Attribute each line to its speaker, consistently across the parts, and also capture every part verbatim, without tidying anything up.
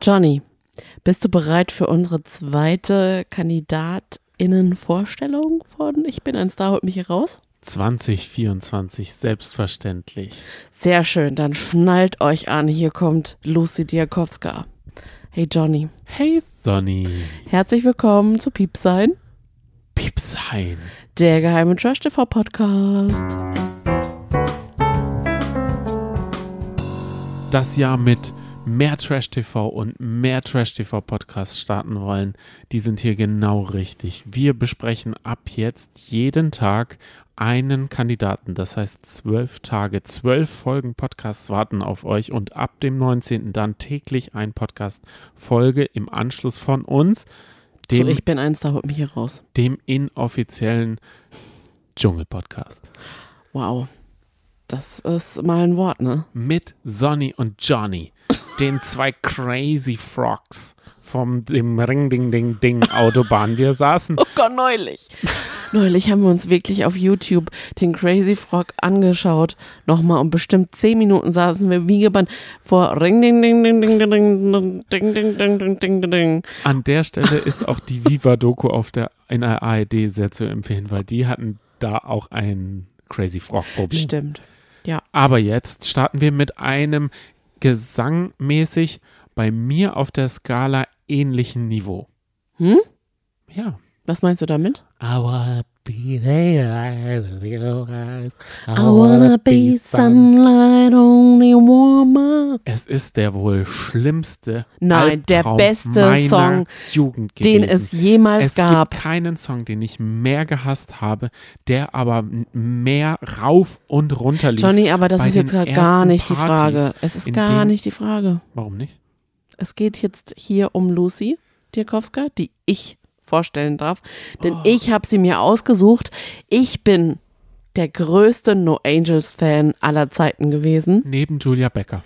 Speaker 1: Johnny, bist du bereit für unsere zweite KandidatInnen-Vorstellung von Ich bin ein Star, holt mich hier raus?
Speaker 2: zwanzig vierundzwanzig, selbstverständlich.
Speaker 1: Sehr schön, dann schnallt euch an, hier kommt Lucy Diakowska. Hey Johnny.
Speaker 2: Hey Sonny.
Speaker 1: Herzlich willkommen zu Piepsein.
Speaker 2: Piepsein.
Speaker 1: Der geheime Trash-T V-Podcast.
Speaker 2: Das Jahr mit mehr Trash-T V und mehr Trash-T V-Podcasts starten wollen, die sind hier genau richtig. Wir besprechen ab jetzt jeden Tag einen Kandidaten. Das heißt zwölf Tage, zwölf Folgen Podcasts warten auf euch und ab dem neunzehnten dann täglich ein Podcast-Folge im Anschluss von uns. Dem,
Speaker 1: so, ich bin ein Star, holt mich hier raus.
Speaker 2: Dem inoffiziellen Dschungel-Podcast.
Speaker 1: Wow, das ist mal ein Wort, ne?
Speaker 2: Mit Sonny und Johnny, den zwei Crazy Frogs vom dem Ring-Ding-Ding-Ding-Autobahn. Wir saßen...
Speaker 1: Oh Gott, neulich. Neulich haben wir uns wirklich auf YouTube den Crazy Frog angeschaut. Nochmal und bestimmt zehn Minuten saßen wir wie gebannt vor Ring-Ding-Ding-Ding-Ding-Ding-Ding-Ding-Ding-Ding.
Speaker 2: An der Stelle ist auch die Viva-Doku auf der in der A R D sehr zu empfehlen, weil die hatten da auch ein Crazy Frog-Problem.
Speaker 1: Stimmt, ja.
Speaker 2: Aber jetzt starten wir mit einem gesangmäßig bei mir auf der Skala ähnlichen Niveau.
Speaker 1: Hm?
Speaker 2: Ja.
Speaker 1: Was meinst du damit?
Speaker 2: I wanna be there, I
Speaker 1: wanna be sunlight only warmer.
Speaker 2: Es ist der wohl schlimmste
Speaker 1: Nein, der
Speaker 2: Albtraum
Speaker 1: beste
Speaker 2: meiner
Speaker 1: Song,
Speaker 2: Jugend gewesen.
Speaker 1: den es jemals
Speaker 2: es
Speaker 1: gab.
Speaker 2: Es gibt keinen Song, den ich mehr gehasst habe, der aber mehr rauf und runter lief.
Speaker 1: Johnny, aber das
Speaker 2: bei
Speaker 1: ist jetzt
Speaker 2: den
Speaker 1: gar nicht die
Speaker 2: Partys,
Speaker 1: Frage. Es ist gar
Speaker 2: denen,
Speaker 1: nicht die Frage.
Speaker 2: Warum nicht?
Speaker 1: Es geht jetzt hier um Lucy Diakowska, die ich vorstellen darf, denn
Speaker 2: oh.
Speaker 1: ich habe sie mir ausgesucht. Ich bin der größte No Angels Fan aller Zeiten gewesen.
Speaker 2: Neben Julia Becker.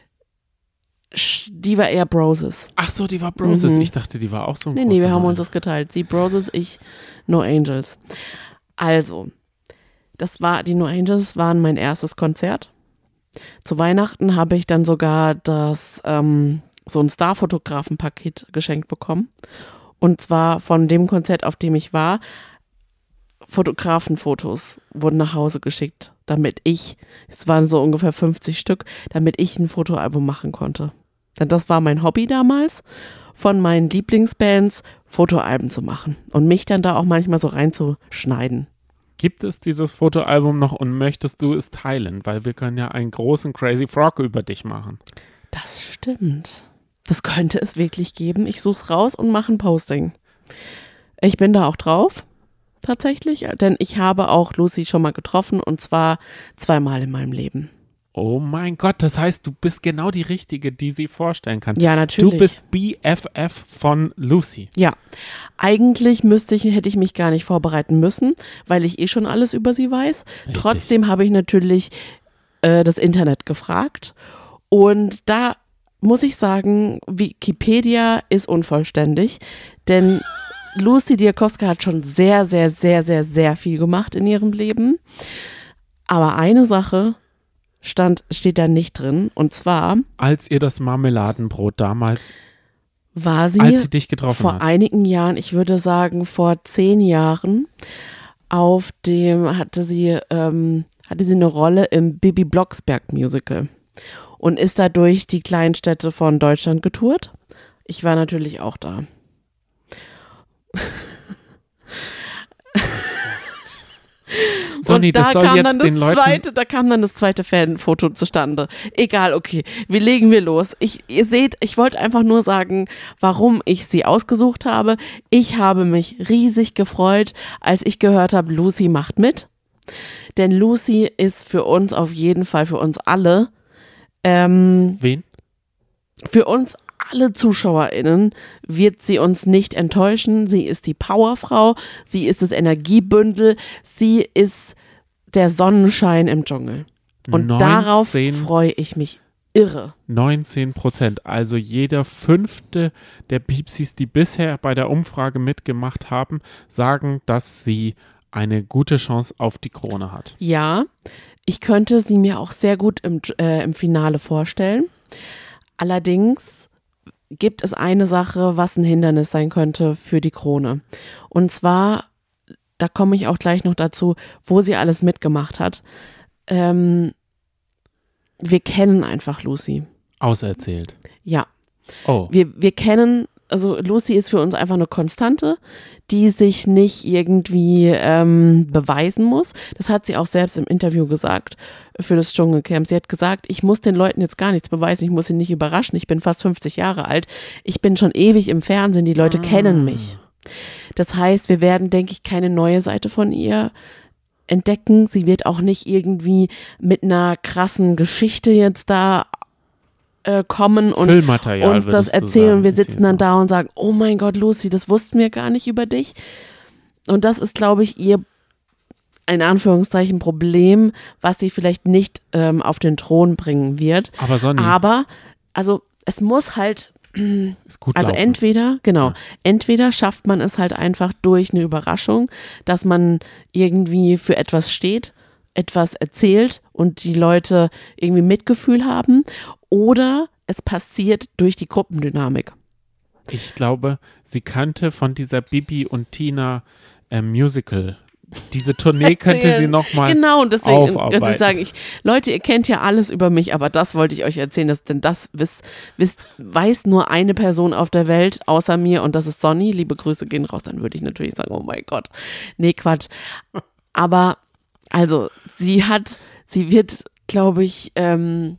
Speaker 1: Die war eher Broses.
Speaker 2: Ach so, die war Broses.
Speaker 1: Mhm.
Speaker 2: Ich dachte, die war auch so ein
Speaker 1: Nee, nee, wir haben uns das geteilt. Sie Broses, ich No Angels. Also, das war, die No Angels waren mein erstes Konzert. Zu Weihnachten habe ich dann sogar das, ähm, so ein Starfotografen-Paket geschenkt bekommen. Und zwar von dem Konzert, auf dem ich war, Fotografenfotos wurden nach Hause geschickt, damit ich, es waren so ungefähr fünfzig Stück, damit ich ein Fotoalbum machen konnte. Denn das war mein Hobby damals, von meinen Lieblingsbands Fotoalben zu machen und mich dann da auch manchmal so reinzuschneiden.
Speaker 2: Gibt es dieses Fotoalbum noch und möchtest du es teilen? Weil wir können ja einen großen Crazy Frog über dich machen.
Speaker 1: Das stimmt. Das könnte es wirklich geben. Ich suche es raus und mache ein Posting. Ich bin da auch drauf, tatsächlich, denn ich habe auch Lucy schon mal getroffen und zwar zweimal in meinem Leben.
Speaker 2: Oh mein Gott, das heißt, du bist genau die Richtige, die sie vorstellen kann.
Speaker 1: Ja, natürlich.
Speaker 2: Du bist B F F von Lucy.
Speaker 1: Ja, eigentlich müsste ich, hätte ich mich gar nicht vorbereiten müssen, weil ich eh schon alles über sie weiß.
Speaker 2: Richtig.
Speaker 1: Trotzdem habe ich natürlich äh, das Internet gefragt und da muss ich sagen, Wikipedia ist unvollständig, denn Lucy Diakowska hat schon sehr, sehr, sehr, sehr, sehr viel gemacht in ihrem Leben. Aber eine Sache stand, steht da nicht drin, und zwar
Speaker 2: als ihr das Marmeladenbrot damals,
Speaker 1: war sie,
Speaker 2: als sie dich getroffen
Speaker 1: vor
Speaker 2: hat.
Speaker 1: einigen Jahren, ich würde sagen vor zehn Jahren, auf dem hatte sie, ähm, hatte sie eine Rolle im Bibi Blocksberg Musical. Und ist da durch die kleinen Städte von Deutschland getourt. Ich war natürlich auch da.
Speaker 2: Sonny,
Speaker 1: und da
Speaker 2: das soll
Speaker 1: kam
Speaker 2: jetzt
Speaker 1: dann das
Speaker 2: den Leuten...
Speaker 1: zweite, da kam dann das zweite Fanfoto zustande. Egal, okay, wir legen wir los. Ich, ihr seht, ich wollte einfach nur sagen, warum ich sie ausgesucht habe. Ich habe mich riesig gefreut, als ich gehört habe, Lucy macht mit. Denn Lucy ist für uns auf jeden Fall, für uns alle, Ähm,
Speaker 2: Wen?
Speaker 1: Für uns alle ZuschauerInnen wird sie uns nicht enttäuschen. Sie ist die Powerfrau, sie ist das Energiebündel, sie ist der Sonnenschein im Dschungel. Und
Speaker 2: neunzehn
Speaker 1: darauf freue ich mich irre.
Speaker 2: neunzehn Prozent, also jeder fünfte der Piepsis, die bisher bei der Umfrage mitgemacht haben, sagen, dass sie eine gute Chance auf die Krone hat.
Speaker 1: Ja, ich könnte sie mir auch sehr gut im, äh, im Finale vorstellen. Allerdings gibt es eine Sache, was ein Hindernis sein könnte für die Krone. Und zwar, da komme ich auch gleich noch dazu, wo sie alles mitgemacht hat. Ähm, wir kennen einfach Lucy.
Speaker 2: Auserzählt.
Speaker 1: Ja.
Speaker 2: Oh.
Speaker 1: Wir, wir kennen, also Lucy ist für uns einfach eine Konstante, die sich nicht irgendwie ähm, beweisen muss. Das hat sie auch selbst im Interview gesagt für das Dschungelcamp. Sie hat gesagt, ich muss den Leuten jetzt gar nichts beweisen, ich muss sie nicht überraschen. Ich bin fast fünfzig Jahre alt. Ich bin schon ewig im Fernsehen, die Leute ah. kennen mich. Das heißt, wir werden, denke ich, keine neue Seite von ihr entdecken. Sie wird auch nicht irgendwie mit einer krassen Geschichte jetzt da äh, kommen und uns das erzählen. Und wir sitzen dann da und sagen, oh mein Gott, Lucy, das wussten wir gar nicht über dich. Und das ist, glaube ich, ihr, in Anführungszeichen, Problem, was sie vielleicht nicht ähm, auf den Thron bringen wird.
Speaker 2: Aber Sonny.
Speaker 1: Aber, also es muss halt
Speaker 2: Ist gut
Speaker 1: also
Speaker 2: laufen.
Speaker 1: entweder, genau,
Speaker 2: Ja.
Speaker 1: entweder schafft man es halt einfach durch eine Überraschung, dass man irgendwie für etwas steht, etwas erzählt und die Leute irgendwie Mitgefühl haben, oder es passiert durch die Gruppendynamik.
Speaker 2: Ich glaube, sie könnte von dieser Bibi und Tina äh, Musical, diese Tournee könnte sie nochmal
Speaker 1: Genau, und deswegen
Speaker 2: aufarbeiten.
Speaker 1: könnte ich sagen, ich, Leute, ihr kennt ja alles über mich, aber das wollte ich euch erzählen, dass, denn das wisst, wisst, weiß nur eine Person auf der Welt außer mir und das ist Sonny. Liebe Grüße gehen raus, dann würde ich natürlich sagen, oh mein Gott. Nee, Quatsch. Aber, also, sie hat, sie wird, glaube ich, ähm,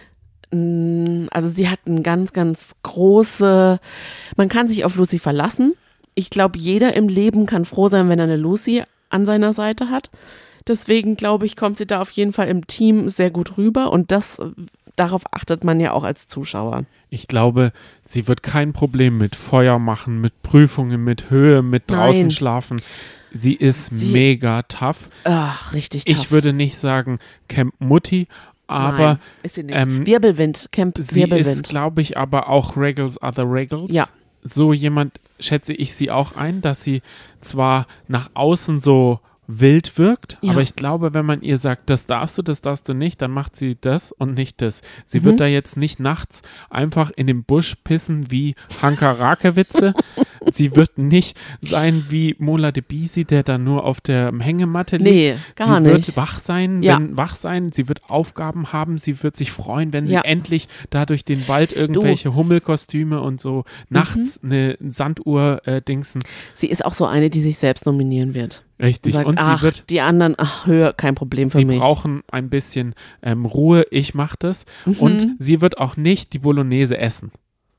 Speaker 1: also sie hat eine ganz, ganz große, man kann sich auf Lucy verlassen. Ich glaube, jeder im Leben kann froh sein, wenn er eine Lucy an seiner Seite hat. Deswegen, glaube ich, kommt sie da auf jeden Fall im Team sehr gut rüber und das, darauf achtet man ja auch als Zuschauer.
Speaker 2: Ich glaube, sie wird kein Problem mit Feuer machen, mit Prüfungen, mit Höhe, mit draußen
Speaker 1: Nein.
Speaker 2: schlafen. Sie ist
Speaker 1: Sie-
Speaker 2: mega tough.
Speaker 1: Ach, richtig tough.
Speaker 2: Ich würde nicht sagen Camp Mutti, aber
Speaker 1: Nein, ist sie nicht.
Speaker 2: ähm,
Speaker 1: Wirbelwind, Camp
Speaker 2: sie ist,
Speaker 1: Wirbelwind.
Speaker 2: glaube ich, aber auch Regals are the Regals.
Speaker 1: Ja.
Speaker 2: So jemand schätze ich sie auch ein, dass sie zwar nach außen so wild wirkt,
Speaker 1: Ja.
Speaker 2: aber ich glaube, wenn man ihr sagt, das darfst du, das darfst du nicht, dann macht sie das und nicht das. Sie
Speaker 1: Mhm.
Speaker 2: wird da jetzt nicht nachts einfach in den Busch pissen wie Hanka Rakewitze. Sie wird nicht sein wie Mola de Bisi, der da nur auf der Hängematte liegt.
Speaker 1: Nee, gar
Speaker 2: sie
Speaker 1: nicht.
Speaker 2: wird wach sein,
Speaker 1: Ja.
Speaker 2: wenn wach sein, sie wird Aufgaben haben, sie wird sich freuen, wenn sie
Speaker 1: Ja.
Speaker 2: endlich da durch den Wald irgendwelche Hummelkostüme und so nachts
Speaker 1: Mhm.
Speaker 2: eine Sanduhr äh, dingsen.
Speaker 1: Sie ist auch so eine, die sich selbst nominieren wird.
Speaker 2: Richtig.
Speaker 1: Und sagt,
Speaker 2: Und sie
Speaker 1: ach,
Speaker 2: wird,
Speaker 1: die anderen, ach, Höhe, kein Problem für
Speaker 2: sie
Speaker 1: mich.
Speaker 2: brauchen ein bisschen ähm, Ruhe, ich mach das.
Speaker 1: Mhm.
Speaker 2: Und sie wird auch nicht die Bolognese essen.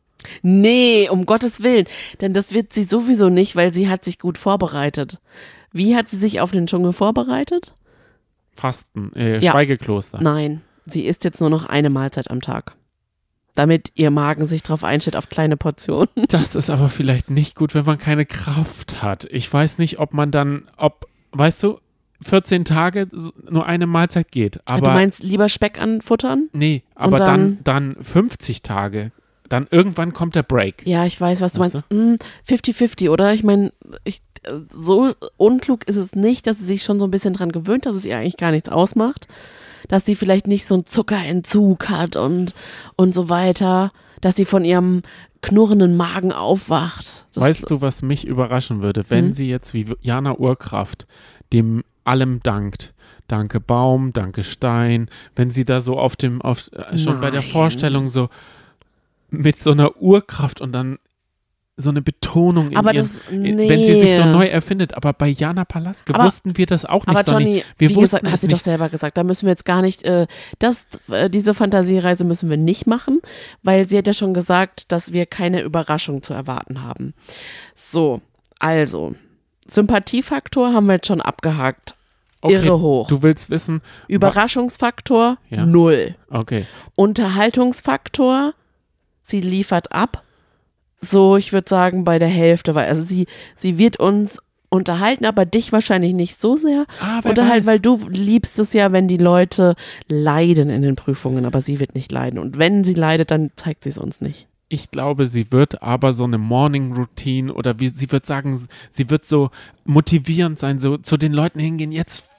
Speaker 1: Nee, um Gottes Willen. Denn das wird sie sowieso nicht, weil sie hat sich gut vorbereitet. Wie hat sie sich auf den Dschungel vorbereitet?
Speaker 2: Fasten, äh,
Speaker 1: Ja.
Speaker 2: Schweigekloster.
Speaker 1: Nein, sie isst jetzt nur noch eine Mahlzeit am Tag. Damit ihr Magen sich darauf einstellt, auf kleine Portionen.
Speaker 2: Das ist aber vielleicht nicht gut, wenn man keine Kraft hat. Ich weiß nicht, ob man dann, ob, weißt du, vierzehn Tage s- nur eine Mahlzeit geht. Aber
Speaker 1: du meinst lieber Speck anfuttern?
Speaker 2: nee, aber
Speaker 1: dann-
Speaker 2: dann, dann fünfzig Tage. Dann irgendwann kommt der Break.
Speaker 1: Ja, ich weiß, was du
Speaker 2: Weißt
Speaker 1: meinst. Mm, fifty fifty, oder? Ich meine, ich, äh, so unklug ist es nicht, dass sie sich schon so ein bisschen dran gewöhnt, dass es ihr eigentlich gar nichts ausmacht. Dass sie vielleicht nicht so einen Zuckerentzug hat und, und so weiter. Dass sie von ihrem knurrenden Magen aufwacht. Das,
Speaker 2: Weißt du, was mich überraschen würde, wenn
Speaker 1: Mhm.
Speaker 2: sie jetzt wie Jana Urkraft dem allem dankt? Danke Baum, danke Stein. Wenn sie da so auf dem, auf, äh, schon bei der
Speaker 1: Nein.
Speaker 2: Vorstellung so mit so einer Urkraft und dann so eine Betonung in
Speaker 1: aber
Speaker 2: ihren,
Speaker 1: das,
Speaker 2: in-
Speaker 1: nee.
Speaker 2: wenn sie sich so neu erfindet. Aber bei Jana Palaske
Speaker 1: Aber-
Speaker 2: wussten wir das auch nicht,
Speaker 1: Aber
Speaker 2: Sonny.
Speaker 1: Johnny,
Speaker 2: Wir
Speaker 1: wie
Speaker 2: wussten
Speaker 1: gesagt, hat
Speaker 2: es
Speaker 1: sie doch
Speaker 2: nicht.
Speaker 1: selber gesagt, da müssen wir jetzt gar nicht, äh, das, äh, diese Fantasiereise müssen wir nicht machen, weil sie hat ja schon gesagt, dass wir keine Überraschung zu erwarten haben. So, also, Sympathiefaktor haben wir jetzt schon abgehakt.
Speaker 2: Okay,
Speaker 1: Irre hoch.
Speaker 2: du willst wissen,
Speaker 1: Überraschungsfaktor,
Speaker 2: Ja.
Speaker 1: null.
Speaker 2: okay,
Speaker 1: Unterhaltungsfaktor, sie liefert ab. So, ich würde sagen, bei der Hälfte, weil also sie, sie wird uns unterhalten, aber dich wahrscheinlich nicht so sehr
Speaker 2: ah, wer
Speaker 1: unterhalten,
Speaker 2: weiß.
Speaker 1: weil du liebst es ja, wenn die Leute leiden in den Prüfungen, aber sie wird nicht leiden. Und wenn sie leidet, dann zeigt sie es uns nicht.
Speaker 2: Ich glaube, sie wird aber so eine Morning Routine oder wie sie wird sagen, sie wird so motivierend sein, so zu den Leuten hingehen, jetzt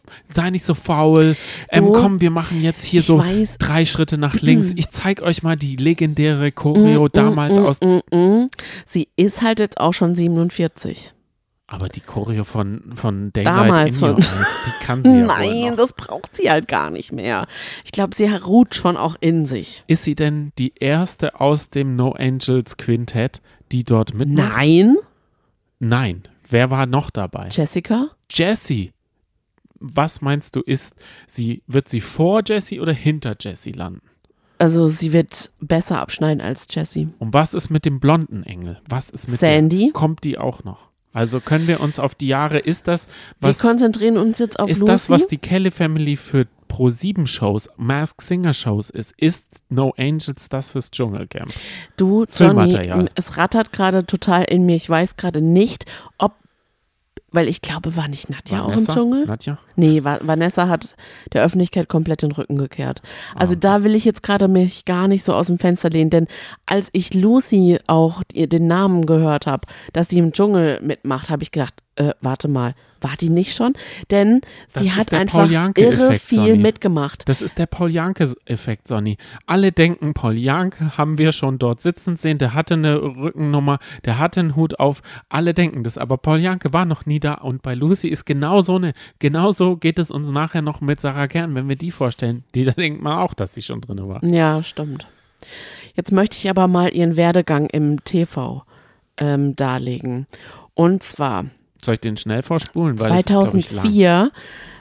Speaker 2: sei nicht so faul. Ähm,
Speaker 1: Du,
Speaker 2: komm, wir machen jetzt hier
Speaker 1: ich
Speaker 2: so
Speaker 1: weiß.
Speaker 2: drei Schritte nach links. Ich zeig euch mal die legendäre Choreo
Speaker 1: Mm,
Speaker 2: damals
Speaker 1: mm,
Speaker 2: aus.
Speaker 1: mm, mm. Sie ist halt jetzt auch schon siebenundvierzig.
Speaker 2: Aber die Choreo von, von Daylight
Speaker 1: Damals
Speaker 2: in Your
Speaker 1: von-
Speaker 2: Eyes, die kann sie ja wohl
Speaker 1: Nein,
Speaker 2: noch.
Speaker 1: das braucht sie halt gar nicht mehr. Ich glaube, sie ruht schon auch in sich.
Speaker 2: Ist sie denn die erste aus dem No Angels Quintett, die dort mitmacht?
Speaker 1: Nein,
Speaker 2: Nein. Wer war noch dabei?
Speaker 1: Jessica?
Speaker 2: Jessie. Was meinst du, ist sie, wird sie vor Jessie oder hinter Jessie landen?
Speaker 1: Also sie wird besser abschneiden als Jessie.
Speaker 2: Und was ist mit dem blonden Engel? Was ist mit
Speaker 1: Sandy?
Speaker 2: der? Kommt die auch noch? Also können wir uns auf die Jahre, ist das, was,
Speaker 1: Wir konzentrieren uns jetzt auf
Speaker 2: ist
Speaker 1: Lucy.
Speaker 2: das, was die Kelly Family für Pro sieben Shows, Masked Singer Shows ist, ist No Angels das fürs Dschungelcamp?
Speaker 1: Du, Johnny,
Speaker 2: Filmmaterial.
Speaker 1: es rattert gerade total in mir. Ich weiß gerade nicht, ob, weil ich glaube, war nicht Nadja auch im
Speaker 2: Vanessa?
Speaker 1: Dschungel?
Speaker 2: Nadja?
Speaker 1: Nee, Va- Vanessa hat der Öffentlichkeit komplett den Rücken gekehrt. Also
Speaker 2: Ah, okay.
Speaker 1: da will ich jetzt gerade mich gar nicht so aus dem Fenster lehnen, denn als ich Lucy auch die, den Namen gehört habe, dass sie im Dschungel mitmacht, habe ich gedacht, äh, warte mal, war die nicht schon? Denn
Speaker 2: Das
Speaker 1: sie
Speaker 2: ist
Speaker 1: hat
Speaker 2: der
Speaker 1: einfach irre
Speaker 2: Paul-Janke-Effekt,
Speaker 1: viel
Speaker 2: Sonny.
Speaker 1: mitgemacht.
Speaker 2: Das ist der Paul-Janke-Effekt, Sonny. Alle denken, Paul Janke haben wir schon dort sitzen sehen, der hatte eine Rückennummer, der hatte einen Hut auf. Alle denken das, aber Paul Janke war noch nie da und bei Lucy ist genau so eine, genauso geht es uns nachher noch mit Sarah Kern, wenn wir die vorstellen. Die, da denkt man auch, dass sie schon drin war.
Speaker 1: Ja, stimmt. Jetzt möchte ich aber mal ihren Werdegang im T V ähm, darlegen. Und zwar
Speaker 2: Soll ich den schnell vorspulen? Weil das ist, glaub ich, lang.
Speaker 1: zweitausendvier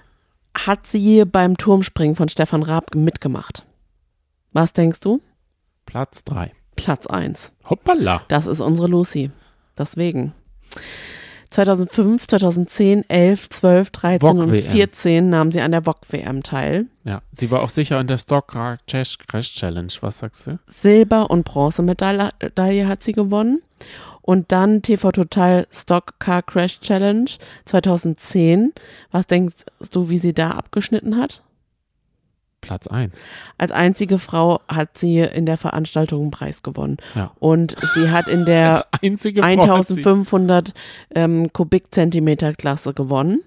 Speaker 1: hat sie beim Turmspringen von Stefan Raab mitgemacht. Was denkst du?
Speaker 2: Platz drei.
Speaker 1: Platz eins.
Speaker 2: Hoppala.
Speaker 1: Das ist unsere Lucy. Deswegen. zweitausendfünf, zweitausendzehn, elf, zwölf, dreizehn und
Speaker 2: V O G W M.
Speaker 1: vierzehn nahm sie an der V O G W M teil.
Speaker 2: Ja, sie war auch sicher in der Stock Crash Crash Challenge. Was sagst du?
Speaker 1: Silber- und Bronzemedaille Medaille hat sie gewonnen. Und dann T V Total Stock Car Crash Challenge zweitausendzehn. Was denkst du, wie sie da abgeschnitten hat?
Speaker 2: Platz eins.
Speaker 1: Als einzige Frau hat sie in der Veranstaltung einen Preis gewonnen.
Speaker 2: Ja.
Speaker 1: Und sie hat in der
Speaker 2: Als einzige Frau hat sie,
Speaker 1: eintausendfünfhundert ähm, Kubikzentimeter Klasse gewonnen.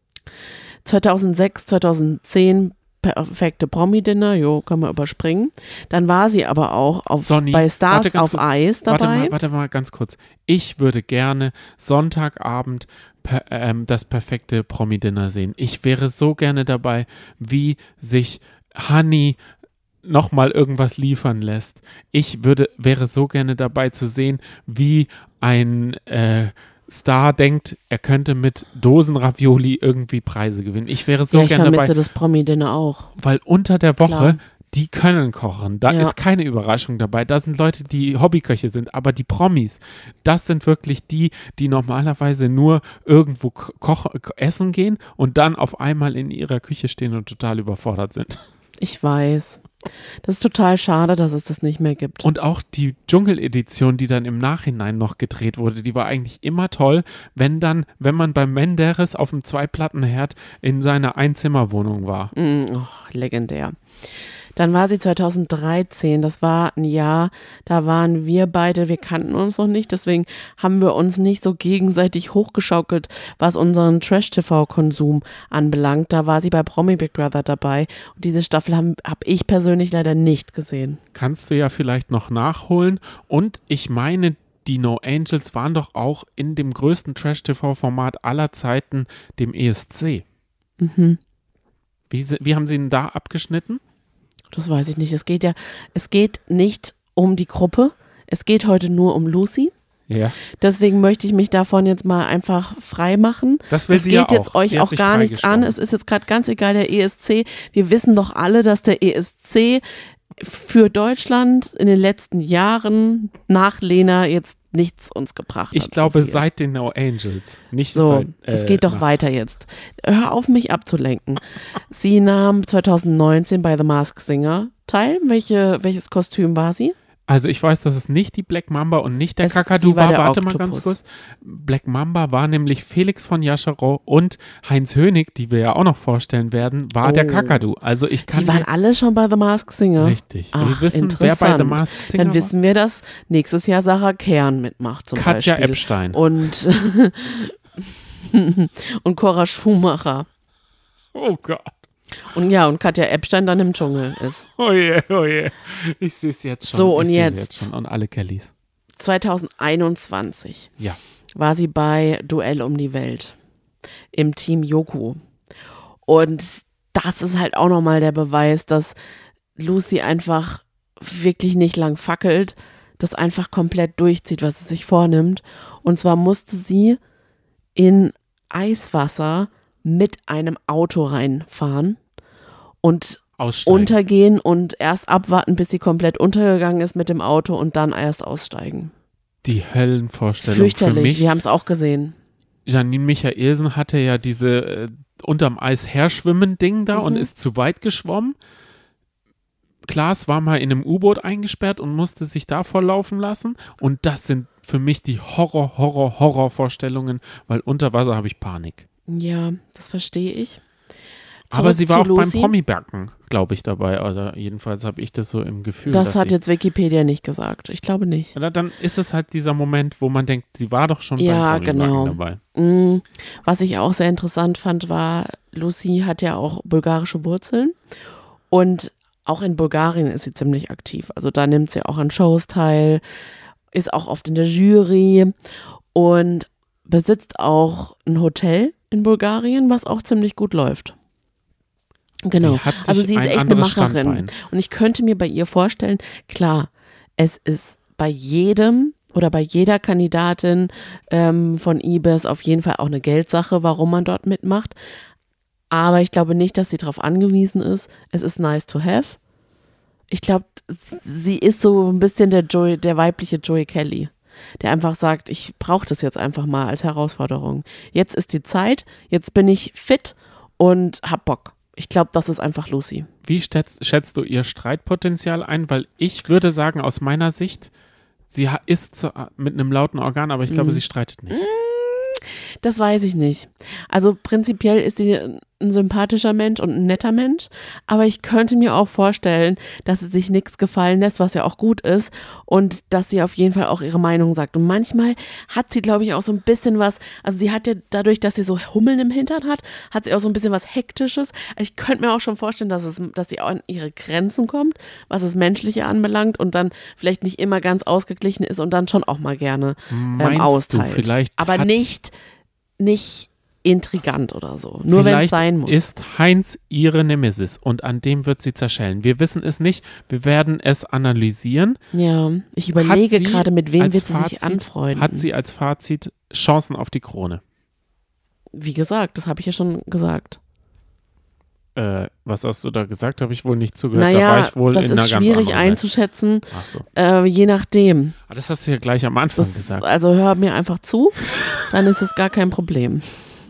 Speaker 1: zweitausendsechs, zweitausendzehn perfekte Promi-Dinner, jo, kann man überspringen. Dann war sie aber auch auf,
Speaker 2: Sonny,
Speaker 1: bei Stars
Speaker 2: warte ganz
Speaker 1: auf
Speaker 2: kurz.
Speaker 1: Eis dabei.
Speaker 2: Warte mal, warte mal ganz kurz. Ich würde gerne Sonntagabend per, ähm, das perfekte Promi-Dinner sehen. Ich wäre so gerne dabei, wie sich Honey nochmal irgendwas liefern lässt. Ich würde, wäre so gerne dabei zu sehen, wie ein äh, Star denkt, er könnte mit Dosen-Ravioli irgendwie Preise gewinnen. Ich wäre so
Speaker 1: ja, ich
Speaker 2: gerne
Speaker 1: vermisse
Speaker 2: dabei,
Speaker 1: das Promi-Dinner auch.
Speaker 2: weil unter der Woche,
Speaker 1: Klar.
Speaker 2: die können kochen. Da
Speaker 1: Ja.
Speaker 2: ist keine Überraschung dabei. Da sind Leute, die Hobbyköche sind, aber die Promis, das sind wirklich die, die normalerweise nur irgendwo ko- kochen, essen gehen und dann auf einmal in ihrer Küche stehen und total überfordert sind.
Speaker 1: Ich weiß. Das ist total schade, dass es das nicht mehr gibt.
Speaker 2: Und auch die Dschungel-Edition, die dann im Nachhinein noch gedreht wurde, die war eigentlich immer toll, wenn dann, wenn man bei Menderes auf dem Zwei-Platten-Herd in seiner Einzimmerwohnung war.
Speaker 1: Mm, oh, legendär. Dann war sie zweitausenddreizehn, das war ein Jahr, da waren wir beide, wir kannten uns noch nicht, deswegen haben wir uns nicht so gegenseitig hochgeschaukelt, was unseren Trash-T V-Konsum anbelangt. Da war sie bei Promi Big Brother dabei und diese Staffel habe hab ich persönlich leider nicht gesehen.
Speaker 2: Kannst du ja vielleicht noch nachholen. Und ich meine, die No Angels waren doch auch in dem größten Trash-T V-Format aller Zeiten, dem E S C.
Speaker 1: Mhm.
Speaker 2: Wie, sie- wie haben sie ihn da abgeschnitten?
Speaker 1: Das weiß ich nicht. Es geht ja, es geht nicht um die Gruppe. Es geht heute nur um Lucy.
Speaker 2: Ja.
Speaker 1: Deswegen möchte ich mich davon jetzt mal einfach frei machen.
Speaker 2: Das will
Speaker 1: Es
Speaker 2: sie
Speaker 1: geht
Speaker 2: ja auch.
Speaker 1: jetzt euch
Speaker 2: Sie hat
Speaker 1: auch
Speaker 2: sich
Speaker 1: gar nichts an.
Speaker 2: freigesprochen.
Speaker 1: Es ist jetzt gerade ganz egal, der E S C. Wir wissen doch alle, dass der E S C für Deutschland in den letzten Jahren nach Lena jetzt nichts uns gebracht hat.
Speaker 2: Ich glaube,
Speaker 1: so viel.
Speaker 2: seit den No Angels. Nicht
Speaker 1: So,
Speaker 2: seit,
Speaker 1: es
Speaker 2: äh,
Speaker 1: geht doch
Speaker 2: nach-
Speaker 1: weiter jetzt. Hör auf, mich abzulenken. Sie nahm zweitausendneunzehn bei The Masked Singer teil. Welche, welches Kostüm war sie?
Speaker 2: Also ich weiß, dass es nicht die Black Mamba und nicht der
Speaker 1: Es-
Speaker 2: Kakadu
Speaker 1: sie war
Speaker 2: war.
Speaker 1: der
Speaker 2: Warte mal
Speaker 1: Oktopus.
Speaker 2: ganz kurz. Black Mamba war nämlich Felix von Jascherow und Heinz Hönig, die wir ja auch noch vorstellen werden, war der
Speaker 1: Oh.
Speaker 2: Kakadu. Also ich kann
Speaker 1: Die waren
Speaker 2: mir-
Speaker 1: alle schon bei The Masked Singer.
Speaker 2: Richtig.
Speaker 1: Ach,
Speaker 2: wir wissen, wer bei The
Speaker 1: interessant.
Speaker 2: Masked Singer
Speaker 1: Dann wissen wir, dass nächstes Jahr Sarah Kern mitmacht zum
Speaker 2: war. Katja
Speaker 1: Beispiel.
Speaker 2: Epstein.
Speaker 1: Und, und Cora Schumacher.
Speaker 2: Oh Gott.
Speaker 1: Und ja, und Katja Epstein dann im Dschungel ist.
Speaker 2: Oh je, oh je. Ich sehe es jetzt schon.
Speaker 1: So, und
Speaker 2: ich
Speaker 1: jetzt,
Speaker 2: jetzt schon. Und alle Kellys.
Speaker 1: zwanzig einundzwanzig
Speaker 2: Ja.
Speaker 1: war sie bei Duell um die Welt im Team Joko. Und das ist halt auch nochmal der Beweis, dass Lucy einfach wirklich nicht lang fackelt, das einfach komplett durchzieht, was sie sich vornimmt. Und zwar musste sie in Eiswasser mit einem Auto reinfahren und
Speaker 2: Aussteigen.
Speaker 1: untergehen und erst abwarten, bis sie komplett untergegangen ist mit dem Auto und dann erst aussteigen.
Speaker 2: Die Höllenvorstellung
Speaker 1: Fürchterlich,
Speaker 2: für mich.
Speaker 1: wir haben es auch gesehen.
Speaker 2: Janine Michaelsen hatte ja diese äh, unterm Eis herschwimmen Ding da
Speaker 1: Mhm.
Speaker 2: und ist zu weit geschwommen. Klaas war mal in einem U-Boot eingesperrt und musste sich da volllaufen lassen. Und das sind für mich die Horror, Horror, Horrorvorstellungen, weil unter Wasser habe ich Panik.
Speaker 1: Ja, das verstehe ich.
Speaker 2: Aber
Speaker 1: Zurück
Speaker 2: sie war auch
Speaker 1: zu
Speaker 2: beim
Speaker 1: Lucy.
Speaker 2: Promi-Backen, glaube ich, dabei. Oder jedenfalls habe ich das so im Gefühl.
Speaker 1: Das
Speaker 2: dass
Speaker 1: hat
Speaker 2: sie,
Speaker 1: jetzt Wikipedia nicht gesagt. Ich glaube nicht.
Speaker 2: Oder dann ist es halt dieser Moment, wo man denkt, sie war doch schon
Speaker 1: Ja,
Speaker 2: beim Promi-Backen
Speaker 1: genau.
Speaker 2: dabei.
Speaker 1: Mm, Was ich auch sehr interessant fand, war, Lucy hat ja auch bulgarische Wurzeln und auch in Bulgarien ist sie ziemlich aktiv. Also da nimmt sie auch an Shows teil, ist auch oft in der Jury und besitzt auch ein Hotel in Bulgarien, was auch ziemlich gut läuft. Genau.
Speaker 2: Sie hat sich
Speaker 1: Also sie ist
Speaker 2: ein
Speaker 1: echt eine
Speaker 2: anderes
Speaker 1: Macherin.
Speaker 2: Standbein.
Speaker 1: Und ich könnte mir bei ihr vorstellen, klar, es ist bei jedem oder bei jeder Kandidatin ähm, von I B E S auf jeden Fall auch eine Geldsache, warum man dort mitmacht. Aber ich glaube nicht, dass sie darauf angewiesen ist. Es ist nice to have. Ich glaube, sie ist so ein bisschen der, Joey, der weibliche Joey Kelly, der einfach sagt, ich brauche das jetzt einfach mal als Herausforderung. Jetzt ist die Zeit, jetzt bin ich fit und hab Bock. Ich glaube, das ist einfach Lucy.
Speaker 2: Wie schätzt, schätzt du ihr Streitpotenzial ein? Weil ich würde sagen, aus meiner Sicht, sie ha- ist zwar mit einem lauten Organ, aber ich glaube,
Speaker 1: Mhm.
Speaker 2: sie streitet nicht.
Speaker 1: Das weiß ich nicht. Also prinzipiell ist sie ein sympathischer Mensch und ein netter Mensch, aber ich könnte mir auch vorstellen, dass sie sich nichts gefallen lässt, was ja auch gut ist und dass sie auf jeden Fall auch ihre Meinung sagt. Und manchmal hat sie, glaube ich, auch so ein bisschen was, also sie hat ja dadurch, dass sie so Hummeln im Hintern hat, hat sie auch so ein bisschen was Hektisches. Also ich könnte mir auch schon vorstellen, dass, es, dass sie auch an ihre Grenzen kommt, was das Menschliche anbelangt und dann vielleicht nicht immer ganz ausgeglichen ist und dann schon auch mal gerne ähm,
Speaker 2: Meinst
Speaker 1: austeilt.
Speaker 2: du, vielleicht
Speaker 1: aber
Speaker 2: hat,
Speaker 1: nicht, nicht intrigant oder so. Nur wenn es
Speaker 2: vielleicht
Speaker 1: sein muss.
Speaker 2: ist Heinz ihre Nemesis und an dem wird sie zerschellen. Wir wissen es nicht, wir werden es analysieren.
Speaker 1: Ja, ich überlege
Speaker 2: sie
Speaker 1: gerade, mit wem
Speaker 2: als
Speaker 1: wird sie sich
Speaker 2: Fazit-
Speaker 1: anfreunden.
Speaker 2: Hat sie als Fazit Chancen auf die Krone?
Speaker 1: Wie gesagt, das habe ich ja schon gesagt.
Speaker 2: Äh, was hast du da gesagt? Habe ich wohl nicht zugehört. da war
Speaker 1: Naja,
Speaker 2: ich wohl
Speaker 1: das
Speaker 2: in
Speaker 1: ist
Speaker 2: einer ganz
Speaker 1: schwierig
Speaker 2: anderen Welt.
Speaker 1: einzuschätzen,
Speaker 2: Ach so.
Speaker 1: äh, je nachdem.
Speaker 2: Ah, das hast du ja gleich am Anfang
Speaker 1: Das,
Speaker 2: gesagt.
Speaker 1: also hör mir einfach zu, dann ist es gar kein Problem.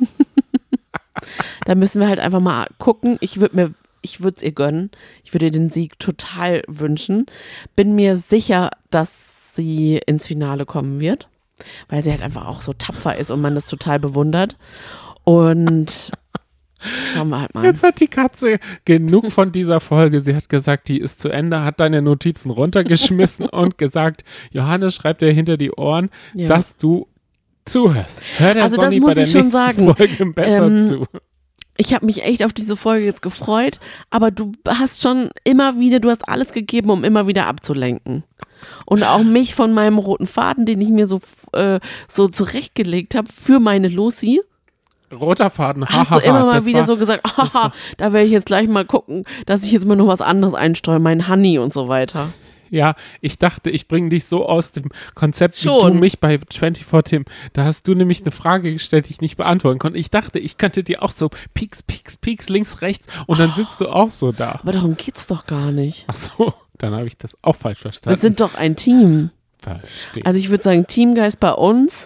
Speaker 1: Da müssen wir halt einfach mal gucken. Ich würde mir, ich würde es ihr gönnen. Ich würde ihr den Sieg total wünschen. Bin mir sicher, dass sie ins Finale kommen wird, weil sie halt einfach auch so tapfer ist und man das total bewundert. Und schauen wir halt mal.
Speaker 2: Jetzt hat die Katze genug von dieser Folge. Sie hat gesagt, die ist zu Ende, hat deine Notizen runtergeschmissen und gesagt, Johannes, schreib dir hinter die Ohren,
Speaker 1: Ja.
Speaker 2: dass du zuhörst. Hör der
Speaker 1: Also das
Speaker 2: Sonny
Speaker 1: muss
Speaker 2: bei der
Speaker 1: ich schon
Speaker 2: nächsten
Speaker 1: sagen.
Speaker 2: Folge besser
Speaker 1: Ähm,
Speaker 2: zu.
Speaker 1: Ich habe mich echt auf diese Folge jetzt gefreut, aber du hast schon immer wieder, du hast alles gegeben, um immer wieder abzulenken. Und auch mich von meinem roten Faden, den ich mir so, äh, so zurechtgelegt habe für meine Lucy,
Speaker 2: Roter Faden,
Speaker 1: hast
Speaker 2: hahaha.
Speaker 1: du immer mal
Speaker 2: das
Speaker 1: wieder
Speaker 2: war,
Speaker 1: so gesagt,
Speaker 2: das
Speaker 1: haha,
Speaker 2: war-
Speaker 1: da werde ich jetzt gleich mal gucken, dass ich jetzt mal noch was anderes einstreue, mein Honey und so weiter.
Speaker 2: Ja, ich dachte, ich bringe dich so aus dem Konzept, wie
Speaker 1: Schon.
Speaker 2: du mich bei vierundzwanzig Tim. Da hast du nämlich eine Frage gestellt, die ich nicht beantworten konnte. Ich dachte, ich könnte dir auch so Pieks, Pieks, Pieks, links, rechts und dann sitzt du auch so da.
Speaker 1: Aber darum geht's doch gar nicht.
Speaker 2: Ach so, dann habe ich das auch falsch verstanden.
Speaker 1: Wir sind doch ein Team.
Speaker 2: Verstehe.
Speaker 1: Also ich würde sagen, Teamgeist bei uns.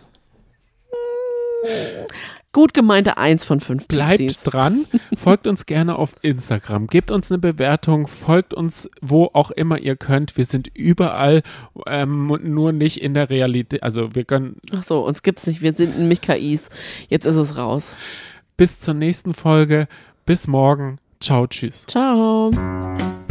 Speaker 1: Gut gemeinte eins von fünf
Speaker 2: Bleibt
Speaker 1: Pixies.
Speaker 2: dran, folgt uns gerne auf Instagram, gebt uns eine Bewertung, folgt uns wo auch immer ihr könnt. Wir sind überall, ähm, nur nicht in der Realität. Also wir können
Speaker 1: Ach so, uns gibt's nicht. Wir sind nämlich K Is. Jetzt ist es raus.
Speaker 2: bis zur nächsten Folge. Bis morgen. Ciao, tschüss.
Speaker 1: Ciao.